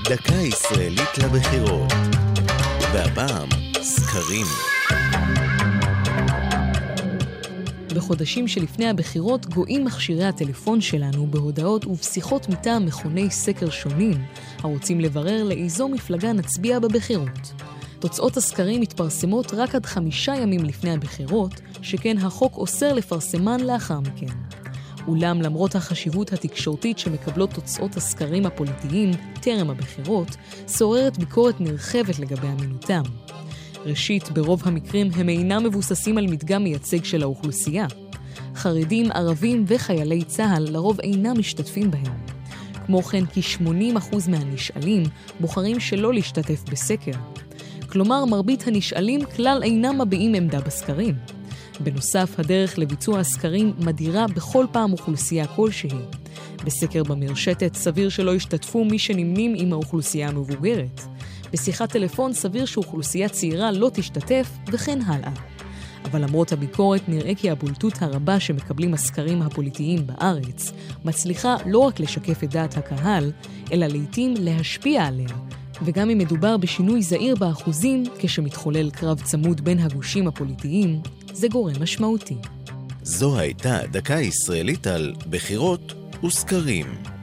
דקה ישראלית לבחירות. והפעם סקרים. בחודשים שלפני הבחירות גואים מכשירי הטלפון שלנו בהודעות ובשיחות מטעם מכוני סקר שונים הרוצים לברר לאיזו מפלגה נצביע בבחירות. תוצאות הסקרים מתפרסמות רק עד 5 ימים לפני הבחירות, שכן החוק אוסר לפרסמן לאחר מכן. אולם למרות החשיבות התקשורתית שמקבלות תוצאות הסקרים הפוליטיים טרם הבחירות, שוררת ביקורת נרחבת לגבי אמינותם. ראשית, ברוב המקרים הם אינם מבוססים על מדגם מייצג של האוכלוסייה. חרדים, ערבים וחיילי צה"ל לרוב אינם משתתפים בהם. כמו כן, כ-80% מהנשאלים בוחרים שלא להשתתף בסקר. כלומר, מרבית הנשאלים כלל אינם מביעים עמדה בסקרים. בנוסף, הדרך לביצוע הסקרים מדירה בכל פעם אוכלוסייה כלשהי. בסקר במרשתת סביר שלא ישתתפו מי שנמנים עם האוכלוסייה המבוגרת. בשיחת טלפון סביר שאוכלוסייה צעירה לא תשתתף, וכן הלאה. אבל למרות הביקורת נראה כי הבולטות הרבה שמקבלים הסקרים הפוליטיים בארץ מצליחה לא רק לשקף את דעת הקהל, אלא לעתים להשפיע עליה. וגם אם מדובר בשינוי זעיר באחוזים, כשמתחולל קרב צמוד בין הגושים הפוליטיים, זה גורם משמעותי. זו הייתה דקה ישראלית על בחירות וסקרים.